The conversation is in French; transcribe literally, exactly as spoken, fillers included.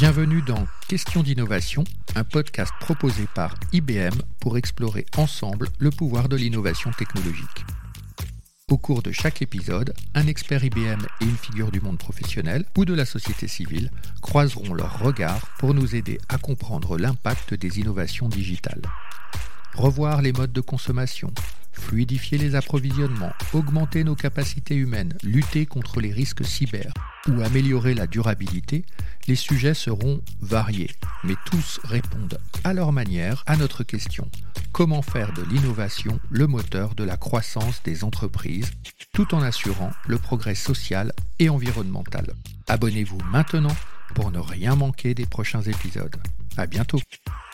Bienvenue dans Questions d'innovation, un podcast proposé par I B M pour explorer ensemble le pouvoir de l'innovation technologique. Au cours de chaque épisode, un expert I B M et une figure du monde professionnel ou de la société civile croiseront leurs regards pour nous aider à comprendre l'impact des innovations digitales. Revoir les modes de consommation, fluidifier les approvisionnements, augmenter nos capacités humaines, lutter contre les risques cyber ou améliorer la durabilité, les sujets seront variés, mais tous répondent à leur manière à notre question: comment faire de l'innovation le moteur de la croissance des entreprises, tout en assurant le progrès social et environnemental. Abonnez-vous maintenant pour ne rien manquer des prochains épisodes. À bientôt.